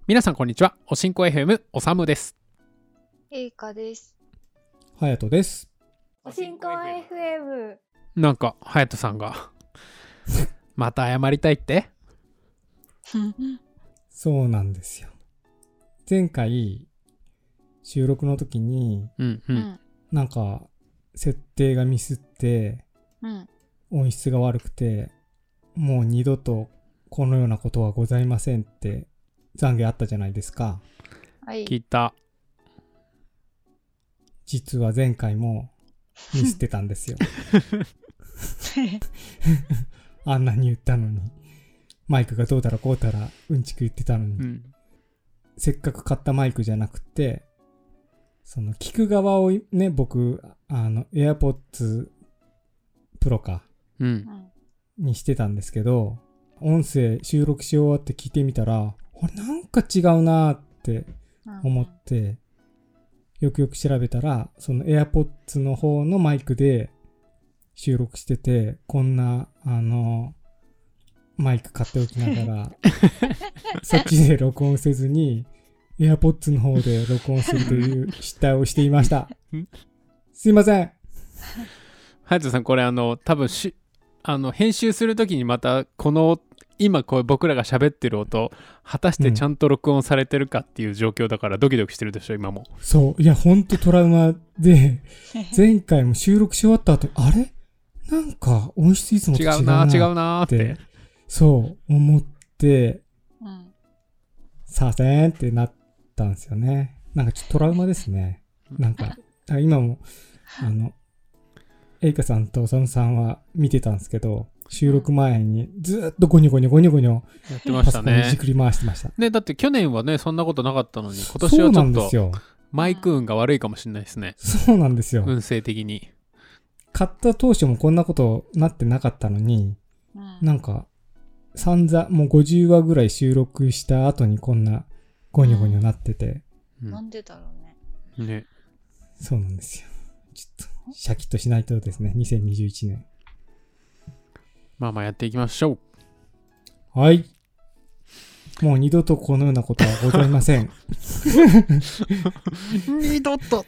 皆さんこんにちは。おしんこ FM おさむです。 えいかです。 はやとです。 おしんこ FM。 なんかはやとさんがまた謝りたいってそうなんですよ。前回収録の時に、なんか設定がミスって、音質が悪くて、もう二度とこのようなことはございませんって懺悔あったじゃないですか。 はい。 聞いた。 実は前回もミスってたんですよ。あんなに言ったのに、マイクがどうたらこうたらうんちく言ってたのに、せっかく買ったマイクじゃなくて、その聞く側をね、僕AirPods Pro か、にしてたんですけど、音声収録し終わって聞いてみたら、これなんか違うなーって思って、よくよく調べたら、その AirPods の方のマイクで収録してて、こんなマイク買っておきながらそっちで録音せずに AirPods の方で録音するという失態をしていました。すいません。 はやとさん、これ多分編集するときにまたこの今こう僕らが喋ってる音果たしてちゃんと録音されてるかっていう状況だからドキドキしてるでしょ今も。 そう、いやほんとトラウマで前回も収録し終わった後、あれなんか音質いつもと違うなーってそう思って、さあせんってなったんですよね。なんかちょっとトラウマですね。なんか今もエイカさんとおさむさんは見てたんですけど、収録前にずっとゴニョゴニョやってましたね。 パソコンいじくり回してました。 ね、だって去年はねそんなことなかったのに、今年はちょっとマイク運が悪いかもしれないですね。 そうなんですよ。 運勢的に。 買った当初もこんなことなってなかったのに、なんか散々もう50話ぐらい収録した後にこんなゴニョゴニョなってて、 なんでだろうね。 ね。 そうなんですよ。ちょっとシャキッとしないとですね。2021年。 まあやっていきましょう。はい。もう二度とこのようなことはございません。 二度と。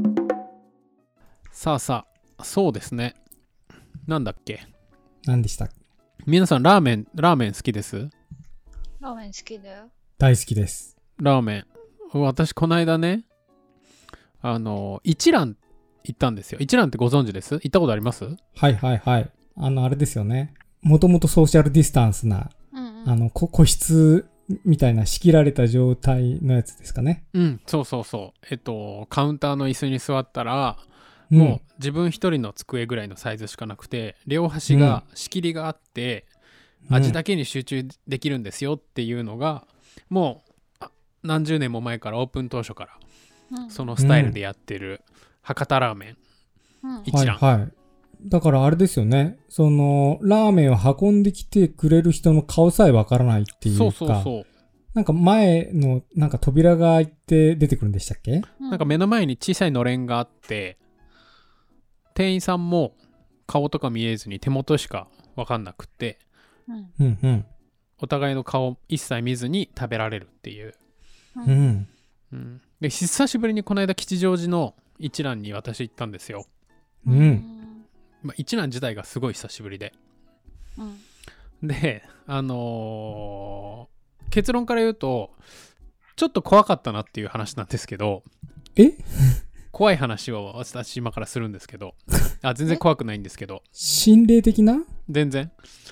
さあそうですね。なんだっけ。 何でした？ 皆さんラーメン好きです？ ラーメン好きだよ。 大好きです。 ラーメン。私この間ね、一蘭行ったんですよ。一蘭ってご存知です？行ったことあります？ はいはいはい。あれですよね。もともとソーシャルディスタンスな、個室みたいな仕切られた状態のやつですかね。 そう。カウンターの椅子に座ったら、もう自分一人の机ぐらいのサイズしかなくて、両端が仕切りがあって、味だけに集中できるんですよっていうのが、もう何十年も前からオープン当初から、そのスタイルでやってる博多ラーメン、一蘭。 はいはい。だからあれですよね。そのラーメンを運んできてくれる人の顔さえわからないっていうか。そう。なんか前のなんか扉が開いて出てくるんでしたっけ？ なんか目の前に小さいのれんがあって、店員さんも顔とか見えずに手元しかわかんなくて、お互いの顔一切見ずに食べられるっていう。で久しぶりにこの間吉祥寺の一蘭に私行ったんですよ。一蘭自体がすごい久しぶりで、で結論から言うとちょっと怖かったなっていう話なんですけど。怖い話を私今からするんですけど、全然怖くないんですけど、 心霊的な？ 全然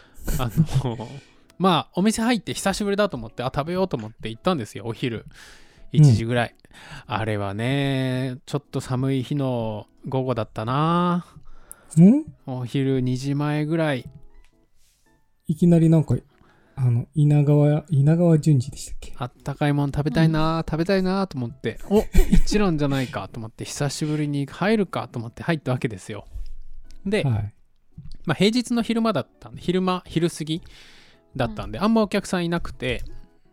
お店入って久しぶりだと思って食べようと思って行ったんですよ。お昼1時ぐらい、あれはねちょっと寒い日の午後だったな。お昼2時前ぐらい、 いきなりなんか稲川淳二でしたっけ？ あったかいもん食べたいなと思って、一蘭じゃないかと思って久しぶりに入るかと思って入ったわけですよ。で、平日の昼間だったんで、昼過ぎだったんで、あんまお客さんいなくて、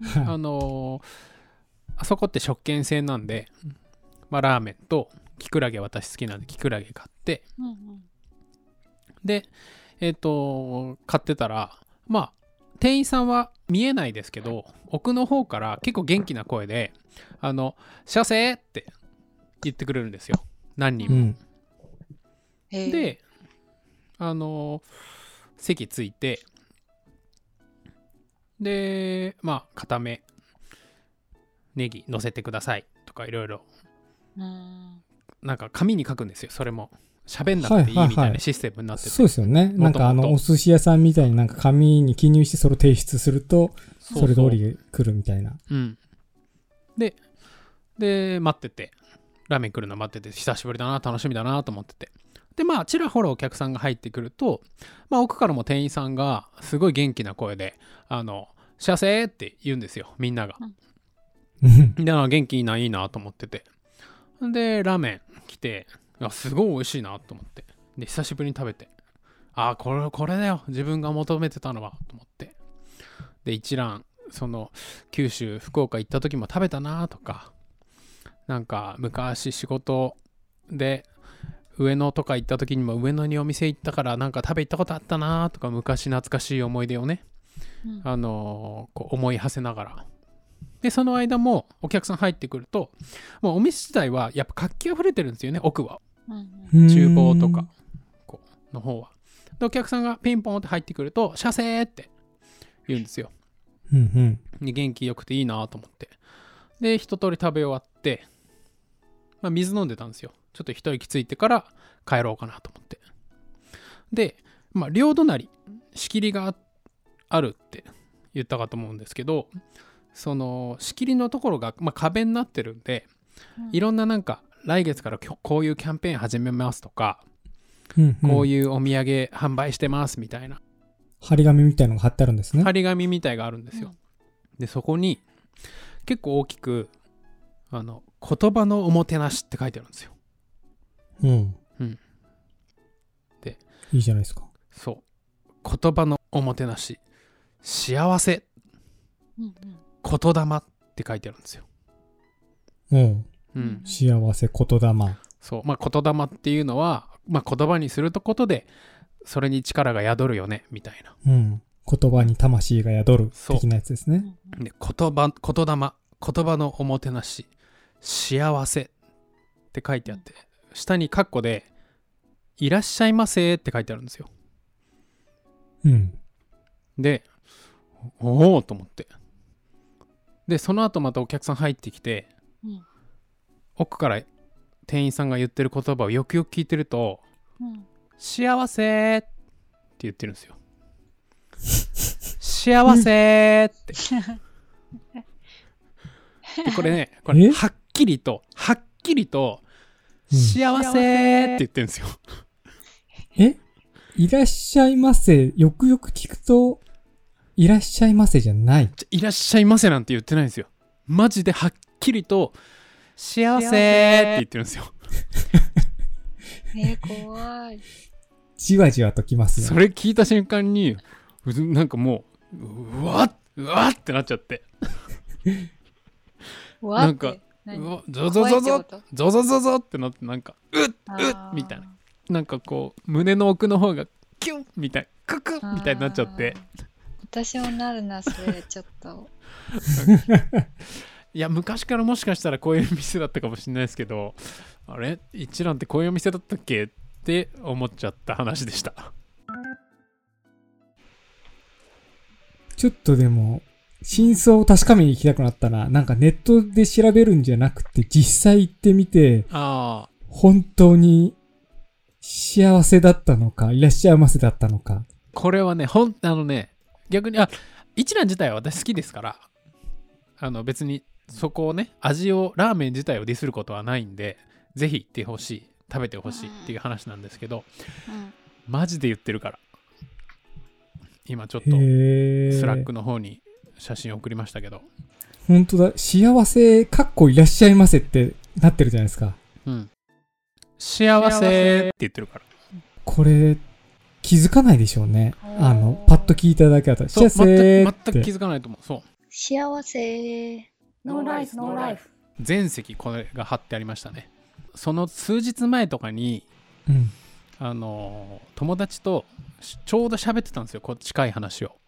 あそこって食券制なんで、ラーメンとキクラゲ、私好きなんでキクラゲ買って、で買ってたら店員さんは見えないですけど、奥の方から結構元気な声でシャセーって言ってくれるんですよ、何人も、 うん。 で席ついて、でまあ固めネギ乗せてくださいとかいろいろなんか紙に書くんですよ。それも喋んなくていいみたいなシステムになってて、 そうですよね。なんかお寿司屋さんみたいになんか紙に記入してそれを提出すると、それ通り来るみたいな。 うん。で待ってて、ラーメン来るの待ってて、久しぶりだな、楽しみだなと思ってて、でまあちらほらお客さんが入ってくると、まあ奥からも店員さんがすごい元気な声でシャセーって言うんですよ、みんなが。で元気いいないいなと思ってて、でラーメン来て、すごい美味しいなと思って、で久しぶりに食べて、これだよ自分が求めてたのはと思って、で一蘭九州福岡行った時も食べたなとか、なんか昔仕事で上野とか行った時にも上野にお店行ったからなんか食べ行ったことあったなとか、昔懐かしい思い出をね、こう思い馳せながら、でその間もお客さん入ってくると、もうお店自体はやっぱ活気あふれてるんですよね、奥は。厨房とかこうの方は。でお客さんがピンポンって入ってくると、シャセーって言うんですよ。で元気よくていいなと思って、で一通り食べ終わって、水飲んでたんですよ。ちょっと一息ついてから帰ろうかなと思って。で両隣仕切りがあるって言ったかと思うんですけど、その仕切りのところが、壁になってるんで、いろんななんか来月からこういうキャンペーン始めますとか、こういうお土産販売してますみたいな張り紙みたいのが貼ってあるんですね。 張り紙みたいがあるんですよ。でそこに結構大きく言葉のおもてなしって書いてあるんですよ。でいいじゃないですか。 そう、言葉のおもてなし、幸せ、言霊って書いてあるんですよ。 幸せ、言霊。 そう、言霊っていうのは、言葉にすることでそれに力が宿るよねみたいな。 言葉に魂が宿る的なやつですね。 で言霊、言葉のおもてなし、幸せって書いてあって、下にカッコでいらっしゃいませって書いてあるんですよ。でおおと思って、でその後またお客さん入ってきて、奥から店員さんが言ってる言葉をよくよく聞いてると、幸せって言ってるんですよ。幸せってでこれね、はっきりと幸せって言ってるんですよ。 いらっしゃいませ、よくよく聞くといらっしゃいませじゃない。 いらっしゃいませなんて言ってないんですよ。マジではっきりと幸せって言ってるんですよ。 怖い。 じわじわときますね。 それ聞いた瞬間になんかもううわってなっちゃってなんかゾゾってなって、なんかみたいな、なんかこう胸の奥の方がキュンみたいな、ククみたいになっちゃって。 私もなるなそれちょっといや昔からもしかしたらこういう店だったかもしれないですけど、あれ一蘭ってこういうお店だったっけって思っちゃった話でした。 ちょっとでも真相を確かめに行きたくなったな。なんかネットで調べるんじゃなくて実際行ってみて、本当に幸せだったのかいらっしゃいませだったのか。 これはね逆に一蘭自体は私好きですから、別にそこをね、味をラーメン自体をディスることはないんで、ぜひ行ってほしい、食べてほしいっていう話なんですけど、マジで言ってるから。今ちょっとスラックの方に写真送りましたけど、 本当だ、幸せかっこいらっしゃいませってなってるじゃないですか。 幸せって言ってるから。 これ気づかないでしょうね。パッと聞いただけだと幸せって全く気づかないと思う。そう、 幸せノーライフノーライフ。 全席これが貼ってありましたね。その数日前とかに、友達とちょうど喋ってたんですよ、近い話を。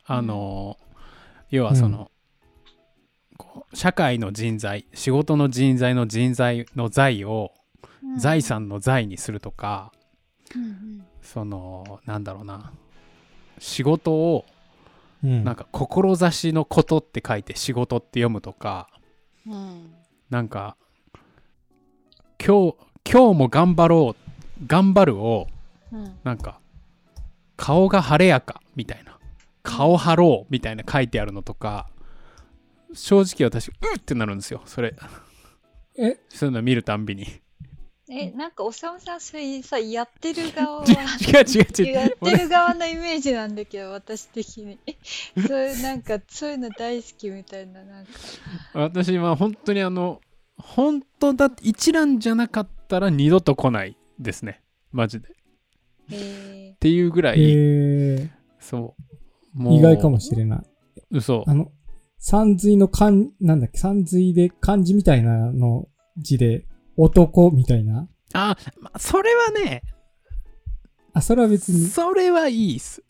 要はその、こう社会の人材、仕事の人材の人材の財を、財産の財にするとか、そのなんだろうな、仕事をなんか志のことって書いて仕事って読むとか、なんか今日も頑張るを、なんか顔が晴れやかみたいな、顔張ろうみたいな書いてあるのとか、正直私ってなるんですよ、それ。そういうの見るたんびに。 なんかおさむさん、それさ、やってる側は違うやってる側のイメージなんだけど、私的にそういうなんかそういうの大好きみたいな、なんか私は本当に本当だって一覧じゃなかったら二度と来ないですね、マジで。っていうぐらい、そうもう意外かもしれない。 嘘。 山水のなんだっけ、山水で漢字みたいなの字で男みたいな。 それはね、 それは別に。 それはいいっす。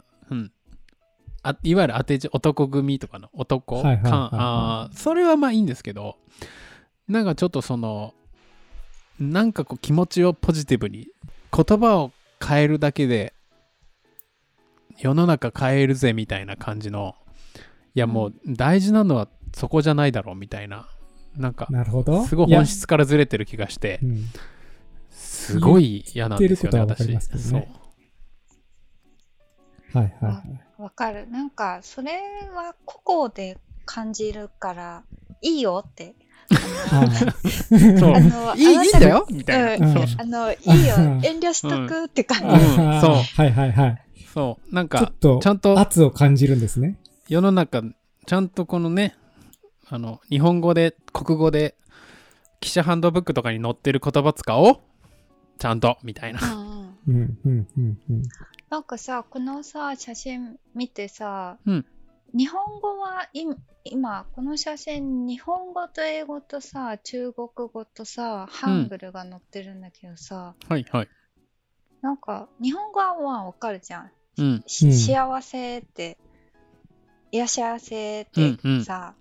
いわゆる当て字、男組とかの男、それはまあいいんですけど、なんかちょっとその、なんかこう気持ちをポジティブに、言葉を変えるだけで世の中変えるぜみたいな感じの、いやもう大事なのはそこじゃないだろうみたいな、なんかすごい本質からずれてる気がして、すごい嫌なんですよね、私。 わかる。なんかそれは個々で感じるからいいよって。 いいんだよみたいな。いいよ、 遠慮しとくって感じ。そう。なんかちゃんと圧を感じるんですね。 世の中ちゃんとこのね、日本語で国語で記者ハンドブックとかに載ってる言葉使おうちゃんとみたいな。 なんかさ、このさ写真見てさ、日本語は今この写真、日本語と英語とさ、中国語とさ、ハングルが載ってるんだけどさ、なんか日本語はまあわかるじゃん。幸せっていらっしゃいませってさ、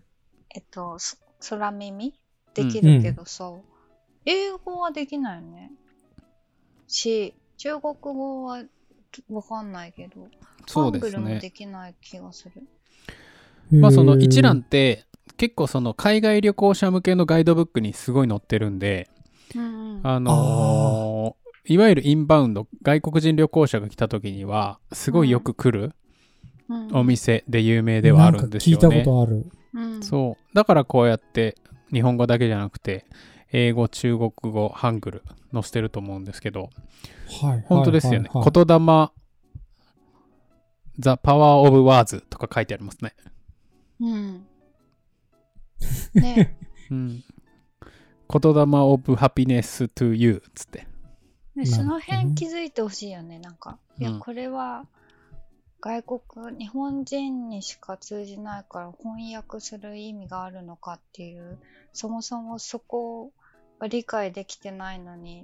空耳できるけどさ、英語はできないよね。中国語はわかんないけど、ハングルもできない気がする。 まあその一覧って結構その海外旅行者向けのガイドブックにすごい載ってるんで、いわゆるインバウンド、外国人旅行者が来た時にはすごいよく来るお店で有名ではあるんですよね。 聞いたことある。 そうだからこうやって日本語だけじゃなくて英語、中国語、ハングル載せてると思うんですけど、本当ですよね。言霊 The Power of Words とか書いてありますね。 ね。 言霊 of Happiness to You つって。 その辺気づいてほしいよね。なんか、いやこれは日本人にしか通じないから翻訳する意味があるのかっていう、そもそもそこは理解できてないのに、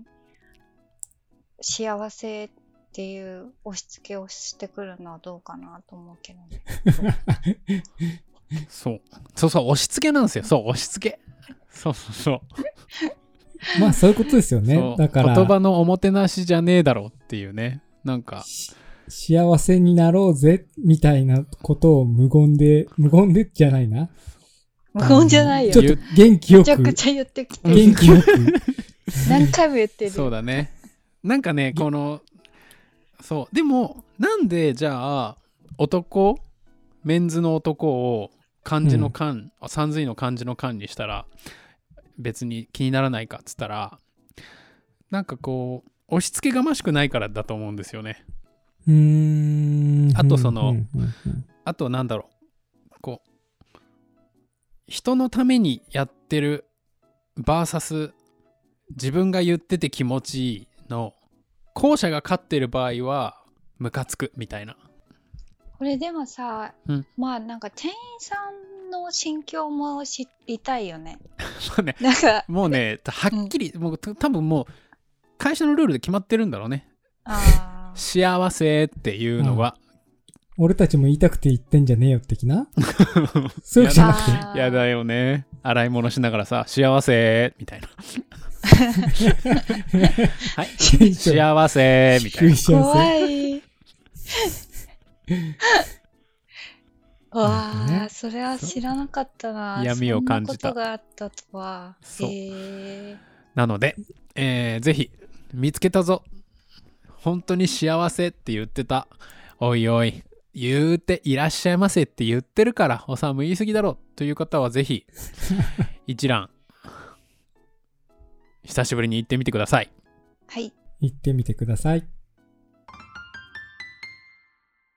幸せっていう押し付けをしてくるのはどうかなと思うけどね。 そう押し付けなんですよ。そう押し付け。そうまあそういうことですよね。だから言葉のおもてなしじゃねえだろうっていうね。なんか幸せになろうぜみたいなことを無言でじゃないな。 無言じゃないよ。 ちょっと元気よく。 めちゃくちゃ言ってきてる。 元気よく。 何回も言ってる。 そうだね。なんかね、このそうでもなんでじゃあメンズの男を漢字の漢、山水の漢字の漢にしたら別に気にならないかっつったら、なんかこう押し付けがましくないからだと思うんですよね。あとあとなんだろう、こう人のためにやってるバーサス自分が言ってて気持ちいいの後者が勝ってる場合はムカつくみたいな。 これでもさ、まあなんか店員さんの心境も知りたいよね。 なんかもうねはっきり、もう多分もう会社のルールで決まってるんだろうね。幸せっていうのは、 俺たちも言いたくて言ってんじゃねえよ的なそういうわけじゃなくて。 やだよね。洗い物しながらさ、幸せみたいな。はい。幸せみたいな。 怖い。わあ、それは知らなかったな。 闇を感じた。 そんなことがあったとは。 なので、ぜひ、見つけたぞ。本当に幸せって言ってた。おいおい、言うていらっしゃいませって言ってるから、おさむ言い過ぎだろという方はぜひ、一覧、久しぶりに行ってみてください。 はい。 行ってみてください。